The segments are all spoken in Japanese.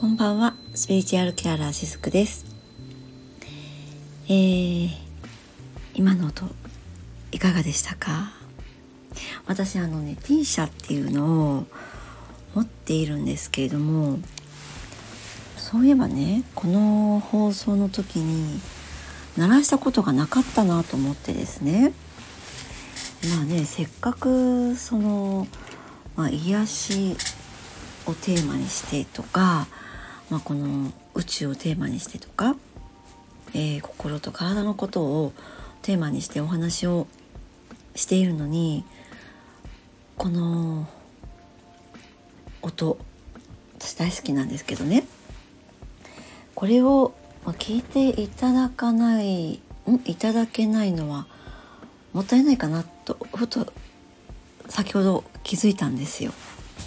こんばんは、スピリチュアルケアラーしずくです。今の音いかがでしたか？私ティーシャっていうのを持っているんですけれども、そういえばね、この放送の時に鳴らしたことがなかったなと思ってですね。せっかく癒しをテーマにしてとか、この宇宙をテーマにしてとか、心と体のことをテーマにしてお話をしているのに、この音、私大好きなんですけどね、これを聞いていただけないのはもったいないかなとふと先ほど気づいたんですよ。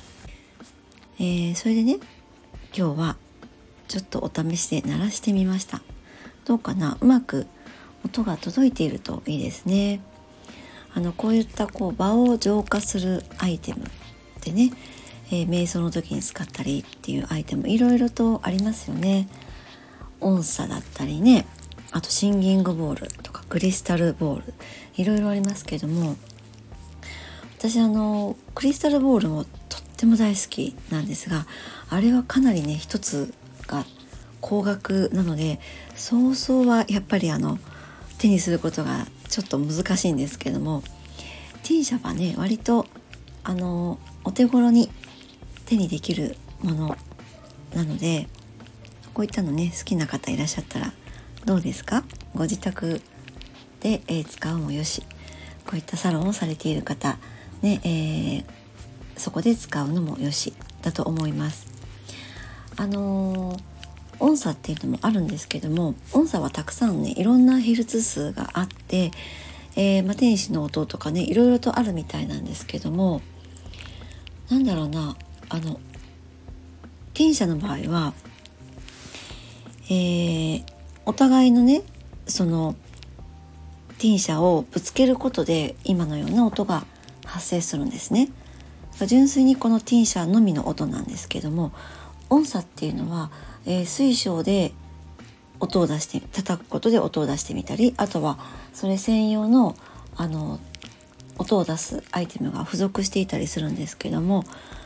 それでね、今日はちょっとお試しで鳴らしてみました。どうかな、うまく音が届いているといいですね。こういった場を浄化するアイテムでね、瞑想の時に使ったりっていうアイテムいろいろとありますよね。音叉だったりね、あとシンギングボールとかクリスタルボール、いろいろありますけども、私クリスタルボールもとっても大好きなんですが、あれはかなりね、一つが高額なので、早々はやっぱり手にすることがちょっと難しいんですけども、T 社はね、割とお手頃に手にできるものなので、こういったのね、好きな方いらっしゃったらどうですか？ご自宅で、使うもよし、こういったサロンをされている方ね、そこで使うのもよしだと思います。音叉っていうのもあるんですけども、音叉はたくさんね、いろんなヘルツ数があって、天使の音とかね、いろいろとあるみたいなんですけども、天使の場合は、お互いのね、天使をぶつけることで今のような音が発生するんですね。純粋にこの天使のみの音なんですけども、音叉っていうのは、水晶で音を出して叩くことで音を出してみたり、あとはそれ専用の音を出すアイテムが付属していたりするんですけども、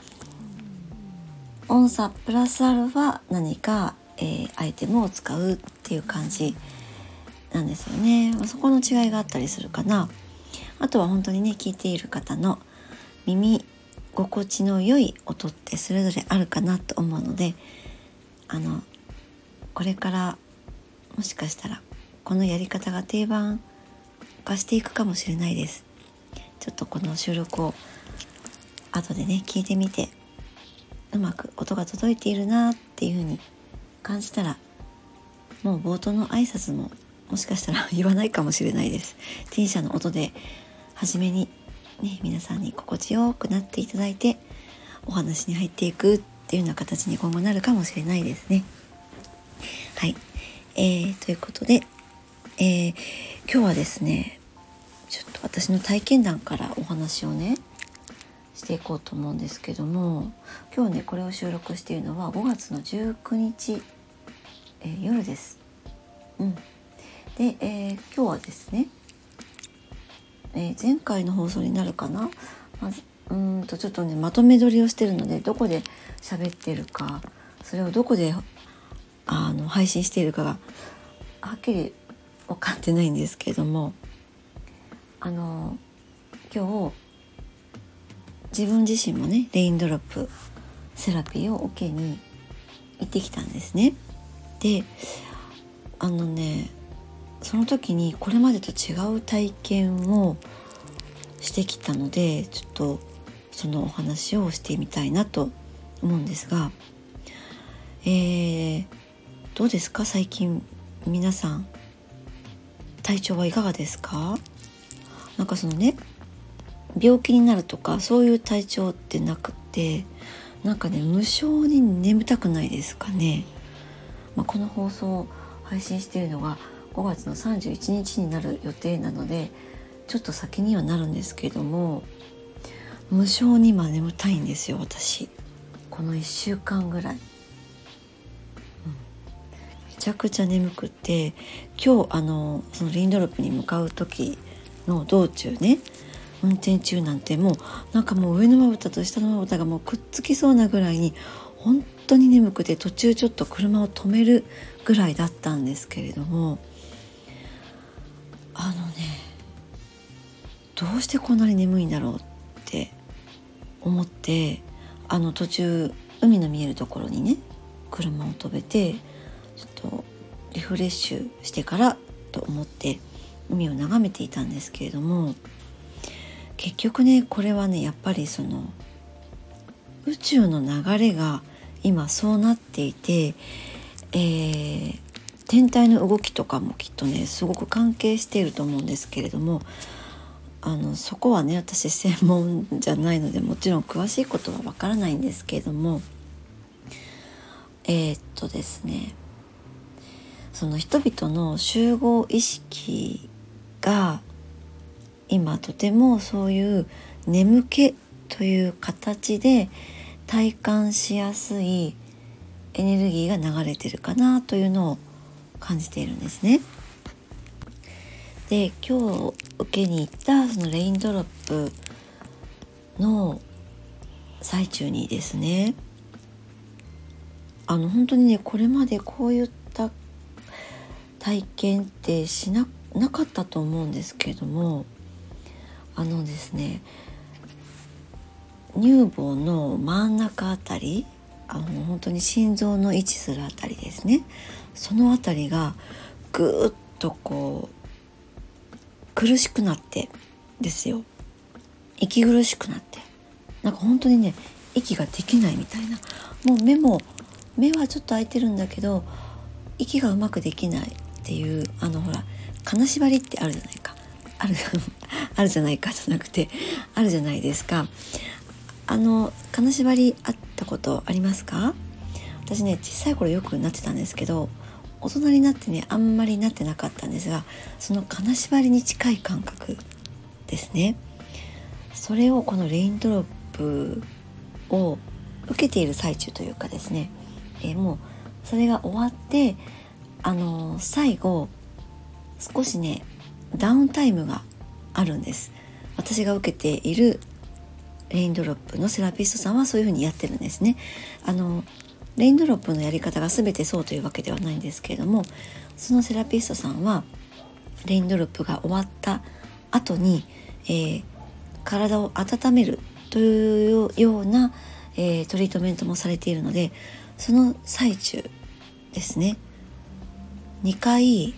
音叉プラスアルファ何か、アイテムを使うっていう感じなんですよね。そこの違いがあったりするかな。あとは本当にね、聞いている方の耳心地の良い音ってそれぞれあるかなと思うので、これからもしかしたらこのやり方が定番化していくかもしれないです。ちょっとこの収録を後でね、聞いてみて、うまく音が届いているなっていう風に感じたら、もう冒頭の挨拶ももしかしたら言わないかもしれないです。天使の音で初めにね、皆さんに心地よくなっていただいて、お話に入っていくっていうような形に今後なるかもしれないですね。はい、ということで、今日はですね、ちょっと私の体験談からお話をねしていこうと思うんですけども、今日ね、これを収録しているのは5月の19日、夜です。で、今日はですね、前回の放送になるかな、ちょっとね、まとめ撮りをしてるので、どこで喋ってるか、それをどこで配信しているかがはっきり分かってないんですけれども、今日自分自身もね、レインドロップセラピーを受けに行ってきたんですね。で、その時にこれまでと違う体験をしてきたので、ちょっとそのお話をしてみたいなと思うんですが、どうですか？最近皆さん体調はいかがですか？病気になるとかそういう体調ってなくて、無性に眠たくないですかね。この放送を配信しているのが5月の31日になる予定なので、ちょっと先にはなるんですけれども、無性に今眠たいんですよ。私この1週間ぐらいちゃくちゃ眠くって、今日そのレインドロップに向かう時の道中ね、運転中なんてもうなんかもう上のまぶたと下のまぶたがもうくっつきそうなぐらいに本当に眠くて、途中ちょっと車を止めるぐらいだったんですけれども、どうしてこんなに眠いんだろうって思って、途中海の見えるところにね車を止めて、ちょっとリフレッシュしてからと思って海を眺めていたんですけれども、結局ねこれはねやっぱりその宇宙の流れが今そうなっていて、天体の動きとかもきっとねすごく関係していると思うんですけれども、そこはね私専門じゃないのでもちろん詳しいことはわからないんですけれども、ですね、その人々の集合意識が今とてもそういう眠気という形で体感しやすいエネルギーが流れてるかなというのを感じているんですね。で、今日受けに行ったそのレインドロップの最中にですね、本当にねこれまでこういった体験ってなかったと思うんですけれども、ですね、乳房の真ん中あたり、本当に心臓の位置するあたりですね、そのあたりがぐーっとこう苦しくなってですよ、息苦しくなって、なんか本当にね息ができないみたいな、もう目はちょっと開いてるんだけど息がうまくできないっていう、ほら金縛りってあるじゃないか、あるじゃないかじゃなくてあるじゃないですか。金縛りあったことありますか？私ね小さい頃よくなってたんですけど、大人になってねあんまりなってなかったんですが、その金縛りに近い感覚ですね。それをこのレインドロップを受けている最中というかですね、もうそれが終わって最後少しねダウンタイムがあるんです。私が受けているレインドロップのセラピストさんはそういう風にやってるんですね。レインドロップのやり方が全てそうというわけではないんですけれども、そのセラピストさんはレインドロップが終わった後に、体を温めるというような、トリートメントもされているので、その最中ですね2回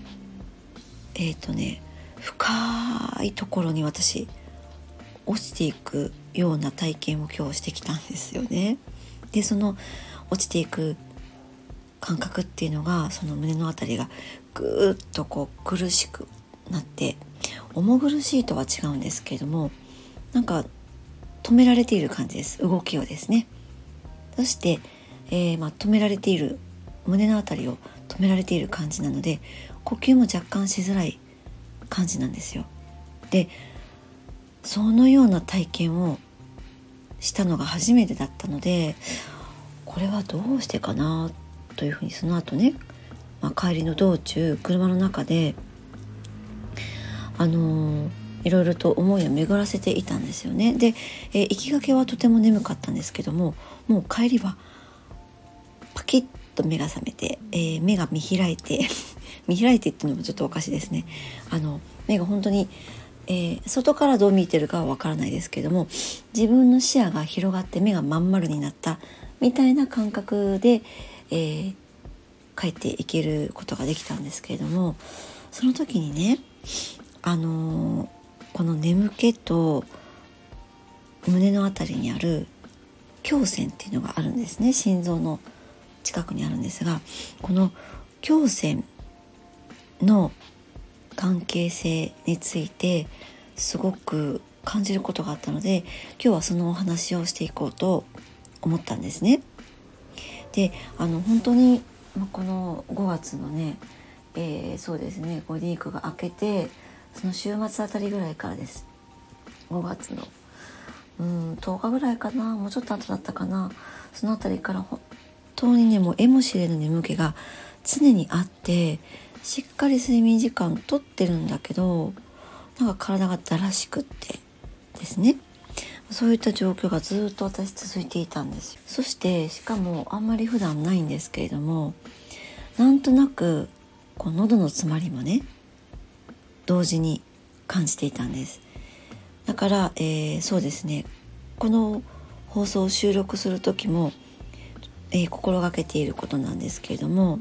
深いところに私落ちていくような体験を今日してきたんですよね。でその落ちていく感覚っていうのが、その胸のあたりがぐーっとこう苦しくなって、重苦しいとは違うんですけれども、なんか止められている感じです、動きをですね。そして、止められている胸のあたりを止められている感じなので、呼吸も若干しづらい感じなんですよ。でそのような体験をしたのが初めてだったので、これはどうしてかなというふうにその後ね、帰りの道中車の中でいろいろと思いを巡らせていたんですよね。で、行きがけはとても眠かったんですけども、もう帰りはパキッと目が覚めて、目が見開いて見開いてっていうのもちょっとおかしいですね。目が本当に、外からどう見てるかはわからないですけども、自分の視野が広がって目がまん丸になったみたいな感覚で、帰っていけることができたんですけれども、その時にね、この眠気と胸のあたりにある胸腺っていうのがあるんですね。心臓の近くにあるんですが、この胸腺の関係性についてすごく感じることがあったので、今日はそのお話をしていこうと思ったんですね。で、本当にこの5月のね、そうですね、ゴールデンウィークが明けてその週末あたりぐらいからです。5月の10日ぐらいかな、もうちょっと後だったかな、そのあたりから本当にねもう絵も知れぬ眠気が常にあって、しっかり睡眠時間とってるんだけど、なんか体がだらしくってですね、そういった状況がずっと私続いていたんですよ。そしてしかもあんまり普段ないんですけれども、なんとなくこう喉の詰まりもね同時に感じていたんです。だから、そうですね、この放送を収録する時も、心がけていることなんですけれども、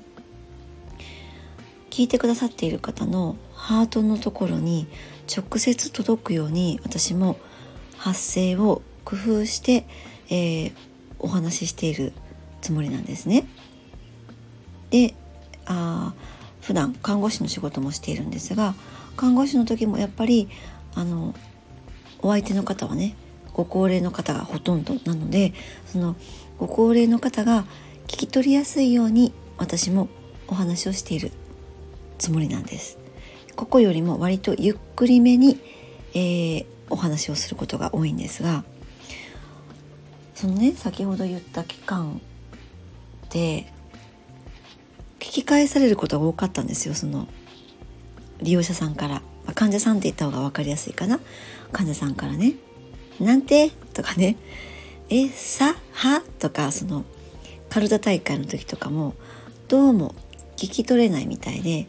聞いてくださっている方のハートのところに直接届くように、私も発声を工夫して、お話ししているつもりなんですね。で、普段看護師の仕事もしているんですが、看護師の時もやっぱりお相手の方はね、ご高齢の方がほとんどなので、そのご高齢の方が聞き取りやすいように私もお話をしているつもりなんです。ここよりも割とゆっくりめに、お話をすることが多いんですが、そのね、先ほど言った期間で聞き返されることが多かったんですよ。その利用者さんから、患者さんって言った方が分かりやすいかな。患者さんからね、なんてとかね、さはとか、そのカルタ大会の時とかもどうも聞き取れないみたいで、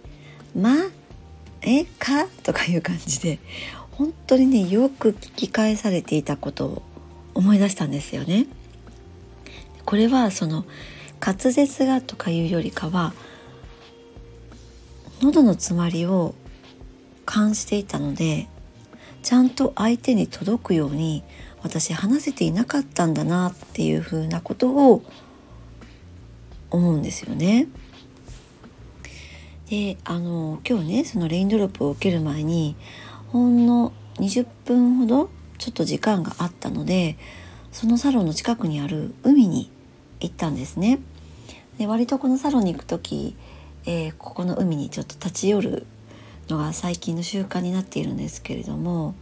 かとかいう感じで、本当にね、よく聞き返されていたことを思い出したんですよね。これはその滑舌がとかいうよりかは、喉の詰まりを感じていたので、ちゃんと相手に届くように私話せていなかったんだなっていうふうなことを思うんですよね。で、今日ね、そのレインドロップを受ける前にほんの20分ほどちょっと時間があったので、そのサロンの近くにある海に行ったんですね。で、割とこのサロンに行く時、ここの海にちょっと立ち寄るのが最近の習慣になっているんですけれども、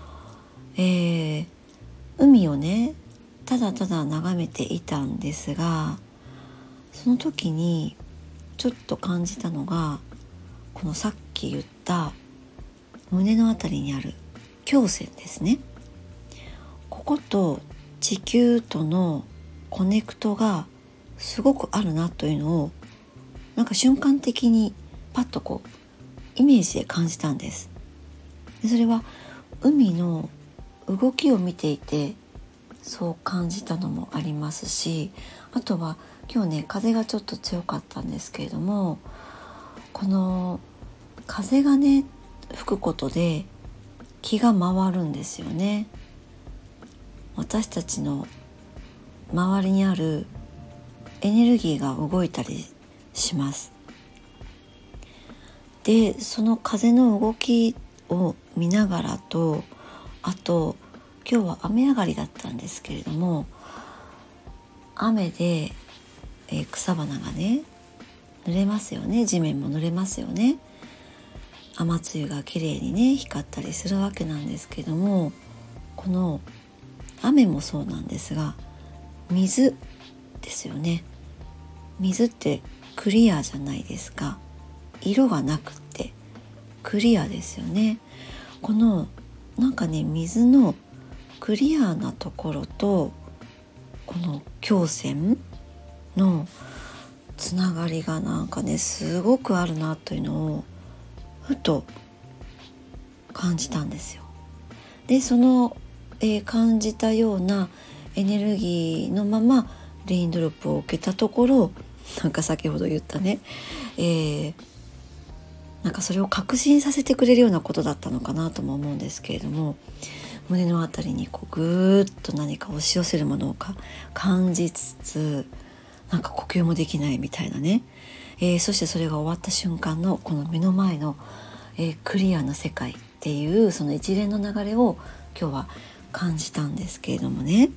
海をねただただ眺めていたんですが、その時にちょっと感じたのが、このさっき言った胸のあたりにある胸腺ですね。ここと地球とのコネクトがすごくあるなというのを、なんか瞬間的にパッとこうイメージで感じたんです。で、それは海の動きを見ていてそう感じたのもありますし、あとは今日ね、風がちょっと強かったんですけれども、この風がね吹くことで気が回るんですよね。私たちの周りにあるエネルギーが動いたりします。で、その風の動きを見ながらと、あと今日は雨上がりだったんですけれども、雨で、草花がね濡れますよね。地面も濡れますよね。雨露がきれいにね光ったりするわけなんですけども、この雨もそうなんですが、水ですよね。水ってクリアじゃないですか。色がなくってクリアですよね。このなんかね、水のクリアなところとこの胸腺のつながりがなんかねすごくあるなというのをふと感じたんですよ。で、その、感じたようなエネルギーのままレインドロップを受けたところ、なんか先ほど言ったね、なんかそれを確信させてくれるようなことだったのかなとも思うんですけれども、胸のあたりにこうぐーっと何か押し寄せるものを感じつつ、なんか呼吸もできないみたいなね、そしてそれが終わった瞬間のこの目の前の、クリアな世界っていうその一連の流れを今日は感じたんですけれどもね、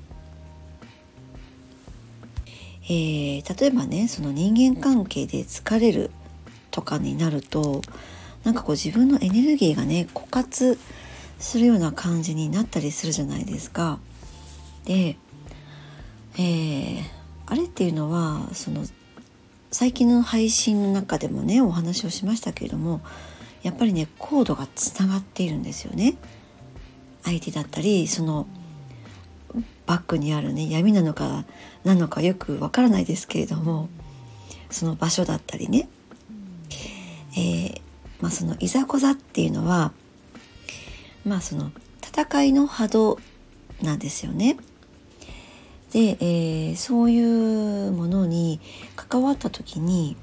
例えばね、その人間関係で疲れるとかになると、なんかこう自分のエネルギーがね枯渇するような感じになったりするじゃないですか。で、あれっていうのはその最近の配信の中でもねお話をしましたけれども、やっぱりねコードがつながっているんですよね。相手だったりそのバックにあるね闇なのか何のかよくわからないですけれども、その場所だったりね、そのいざこざっていうのはその戦いの波動なんですよね。で、そういうものに関わった時に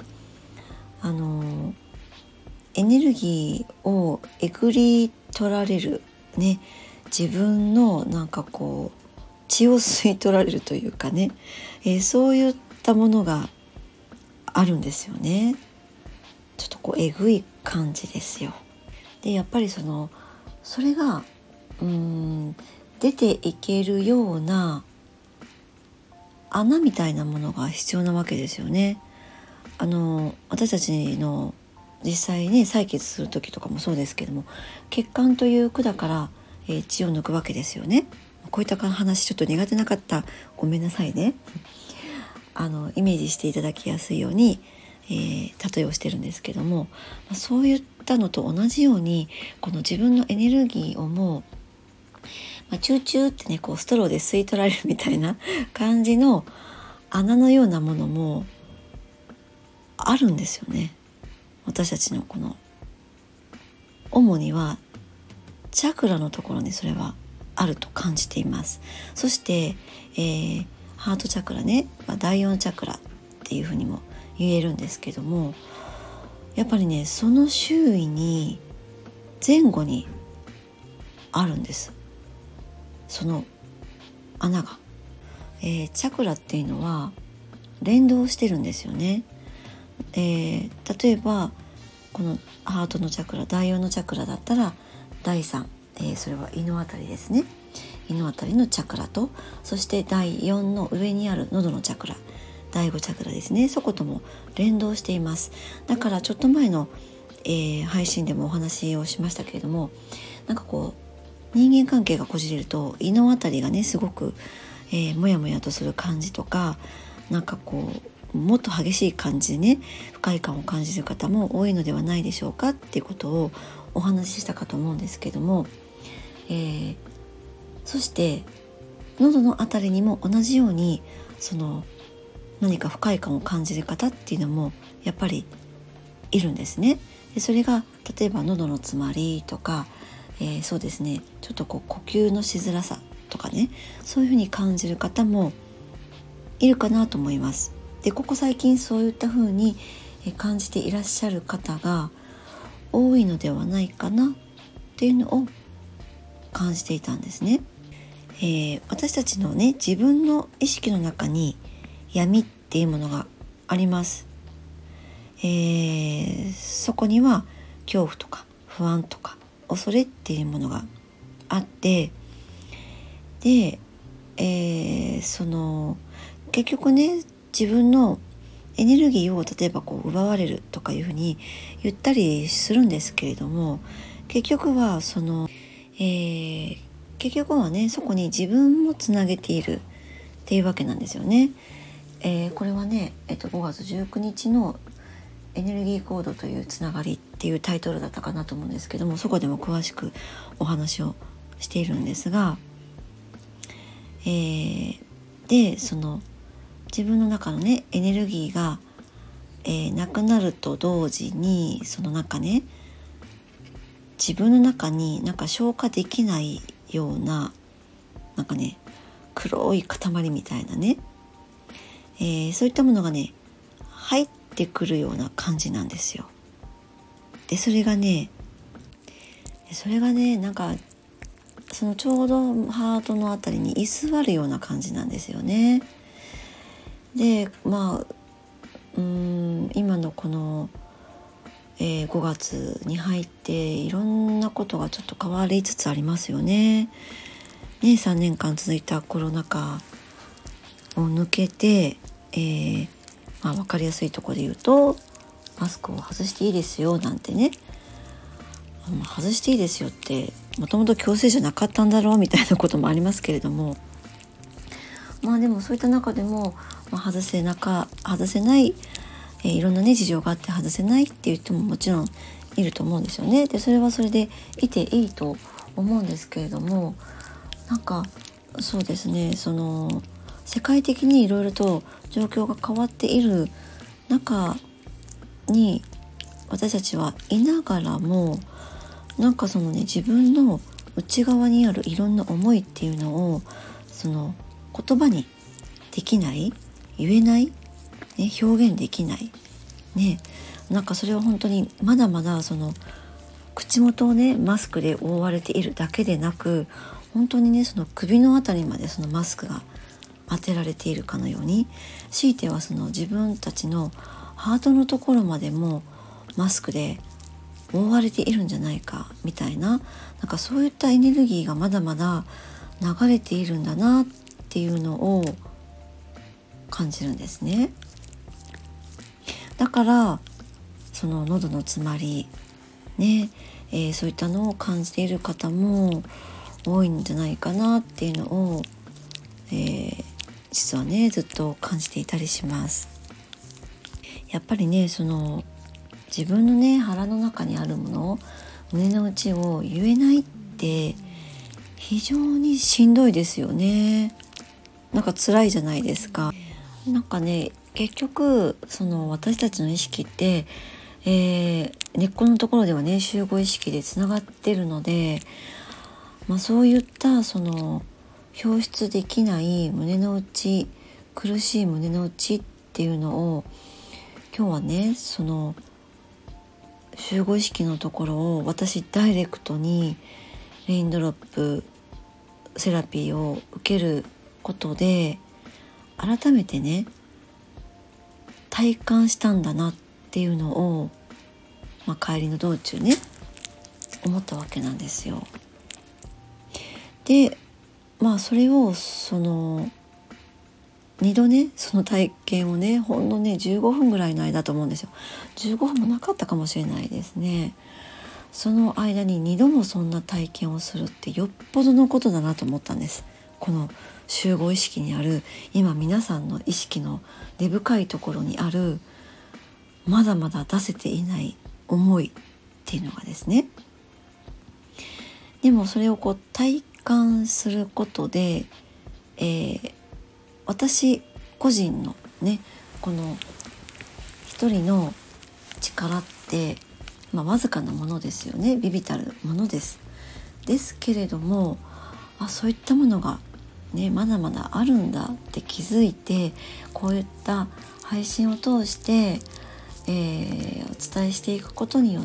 エネルギーをえぐり取られるね、自分の血を吸い取られるというかね、そういったものがあるんですよね。ちょっとえぐい感じですよ。でやっぱりそれが出ていけるような穴みたいなものが必要なわけですよね。私たちの実際ね採血する時とかもそうですけども、血管という管から、血を抜くわけですよね。こういった話ちょっと苦手な方ごめんなさいね。イメージしていただきやすいように、例えをしてるんですけども、そういったのと同じようにこの自分のエネルギーをもう、チューチューってねストローで吸い取られるみたいな感じの穴のようなものもあるんですよね。私たちの主にはチャクラのところにそれはあると感じています。そして、ハートチャクラね、第4チャクラっていうふうにも言えるんですけども、やっぱりねその周囲に前後にあるんです、その穴が。チャクラっていうのは連動してるんですよね。例えばこのハートのチャクラ、第4のチャクラだったら第3、それは胃のあたりですね。胃のあたりのチャクラと、そして第4の上にある喉のチャクラ、第5チャクラですね、そことも連動しています。だからちょっと前の、配信でもお話をしましたけれども、人間関係がこじれると胃のあたりがねすごく、もやもやとする感じとか、もっと激しい感じでね不快感を感じる方も多いのではないでしょうかっていうことをお話ししたかと思うんですけども、そして喉のあたりにも同じように何か不快感を感じる方っていうのもやっぱりいるんですね。でそれが例えば喉の詰まりとか、そうですね、ちょっと呼吸のしづらさとかね、そういうふうに感じる方もいるかなと思います。でここ最近そういったふうに感じていらっしゃる方が多いのではないかなっていうのを感じていたんですね。私たちのね自分の意識の中に闇っていうものがあります。そこには恐怖とか不安とか恐れっていうものがあって、で、結局ね自分のエネルギーを例えば奪われるとかいうふうに言ったりするんですけれども、結局はねそこに自分もつなげているっていうわけなんですよね。これはね、5月19日のエネルギーコードというつながりっていうタイトルだったかなと思うんですけども、そこでも詳しくお話をしているんですが、で自分の中のねエネルギーが、なくなると同時に自分の中に消化できないような黒い塊みたいなね、そういったものがね入ってくるような感じなんですよ。でそれがねちょうどハートのあたりに居座るような感じなんですよね。で今のこの、5月に入っていろんなことがちょっと変わりつつありますよね。3年間続いたコロナ禍を抜けて、分かりやすいところで言うとマスクを外していいですよなんてね、外していいですよってもともと強制じゃなかったんだろうみたいなこともありますけれども、でもそういった中でも、外せないいろんなね事情があって外せないっていう人ももちろんいると思うんですよね。でそれはそれでいていいと思うんですけれども、なんかそうですね、世界的にいろいろと状況が変わっている中に私たちはいながらも、なんか自分の内側にあるいろんな思いっていうのを言葉にできない、言えない、ね、表現できないね、なんかそれは本当にまだまだ口元をねマスクで覆われているだけでなく、本当にね首のあたりまでマスクが当てられているかのように、強いては自分たちのハートのところまでもマスクで覆われているんじゃないかみたいな、なんかそういったエネルギーがまだまだ流れているんだなっていうのを感じるんですね。だから喉の詰まりね、そういったのを感じている方も多いんじゃないかなっていうのを、実はねずっと感じていたりします。やっぱりね自分のね腹の中にあるもの、胸の内を言えないって非常にしんどいですよね。なんか辛いじゃないですか。なんかね結局私たちの意識って、根っこのところではね集合意識でつながってるので、そういった表出できない胸の内、苦しい胸の内っていうのを今日はね集合意識のところを私ダイレクトにレインドロップセラピーを受けることで改めてね体感したんだなっていうのを、帰りの道中ね思ったわけなんですよ。でそれを2度ねその体験をねほんのね15分ぐらいの間と思うんですよ。15分もなかったかもしれないですね。その間に2度もそんな体験をするってよっぽどのことだなと思ったんです。この集合意識にある、今皆さんの意識の根深いところにあるまだまだ出せていない思いっていうのがですね、でもそれを体感することで、私個人のねこの一人の力って、わずかなものですよね。微々たるものです。ですけれども、そういったものがねまだまだあるんだって気づいて、こういった配信を通して、お伝えしていくことによって、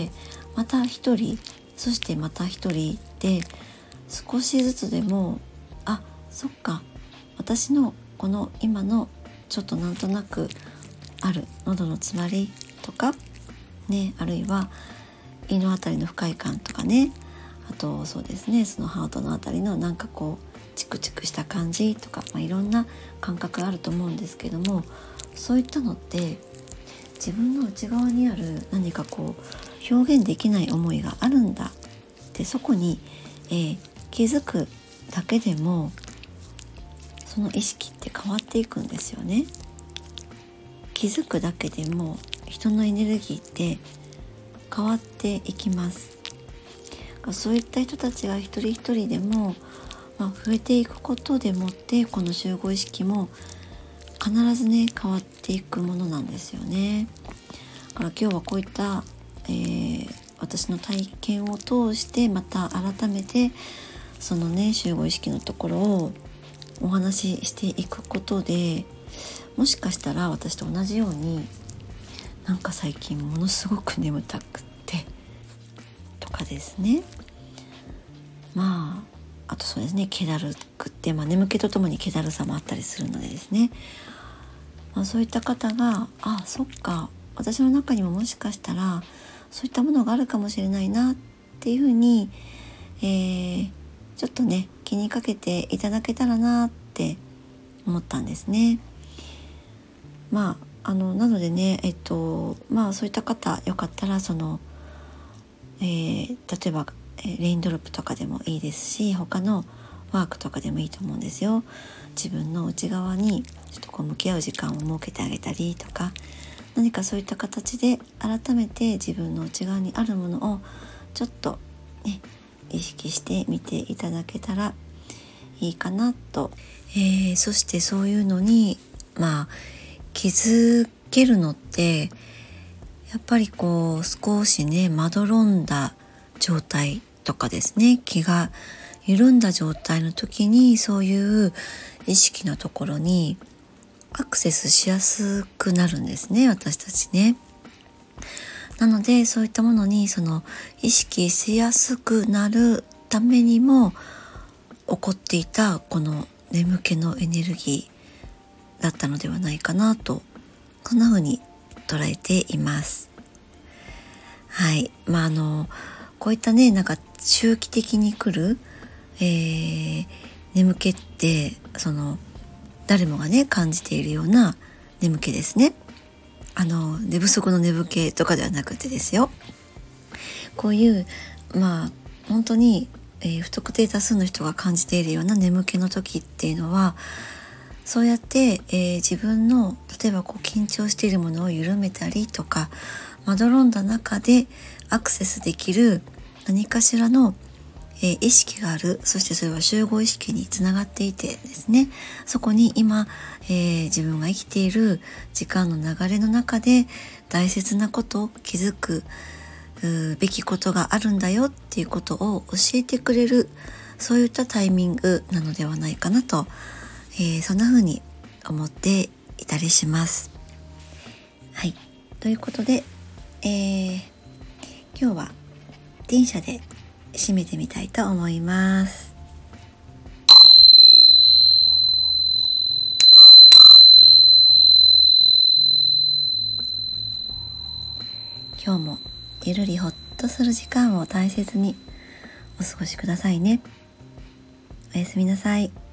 また一人、そしてまた一人で少しずつでも、そっか、私のこの今のちょっとなんとなくある喉の詰まりとかね、あるいは胃のあたりの不快感とかね、あとそうですね、そのハートのあたりのなんかチクチクした感じとか、いろんな感覚があると思うんですけども、そういったのって自分の内側にある何か表現できない思いがあるんだってそこに、気づくだけでもその意識って変わっていくんですよね。気づくだけでも人のエネルギーって変わっていきます。そういった人たちが一人一人でも、増えていくことでもってこの集合意識も必ずね変わっていくものなんですよね。だから今日はこういった、私の体験を通してまた改めてそのね集合意識のところをお話ししていくことで、もしかしたら私と同じようになんか最近ものすごく眠たくってとかですね、あとそうですね、気だるくって、眠気とともに気だるさもあったりするのでですね、そういった方がそっか、私の中にももしかしたらそういったものがあるかもしれないなっていうふうに、ちょっとね気にかけていただけたらなって思ったんですね。なのでね、そういった方よかったら例えば、レインドロップとかでもいいですし、他のワークとかでもいいと思うんですよ。自分の内側にちょっと向き合う時間を設けてあげたりとか、 何かそういった形で改めて自分の内側にあるものをちょっとね意識してみていただけたらいいかなと、そしてそういうのに気づけるのってやっぱりこう少しねまどろんだ状態とかですね、気が緩んだ状態の時にそういう意識のところにアクセスしやすくなるんですね、私たちね。なのでそういったものに意識しやすくなるためにも起こっていたこの眠気のエネルギーだったのではないかなと、こんな風に捉えています。はい。こういったね周期的に来る、眠気って誰もがね感じているような眠気ですね。寝不足の眠気とかではなくてですよ、こういう本当に、不特定多数の人が感じているような眠気の時っていうのはそうやって、自分の例えば緊張しているものを緩めたりとかまどろんだ中でアクセスできる何かしらの、意識がある。そしてそれは集合意識につながっていてですね、そこに今、自分が生きている時間の流れの中で大切なことを気づくべきことがあるんだよっていうことを教えてくれる、そういったタイミングなのではないかなと、そんな風に思っていたりします。はい、ということで、今日は電車で締めてみたいと思います。今日もゆるりほっとする時間を大切にお過ごしくださいね。おやすみなさい。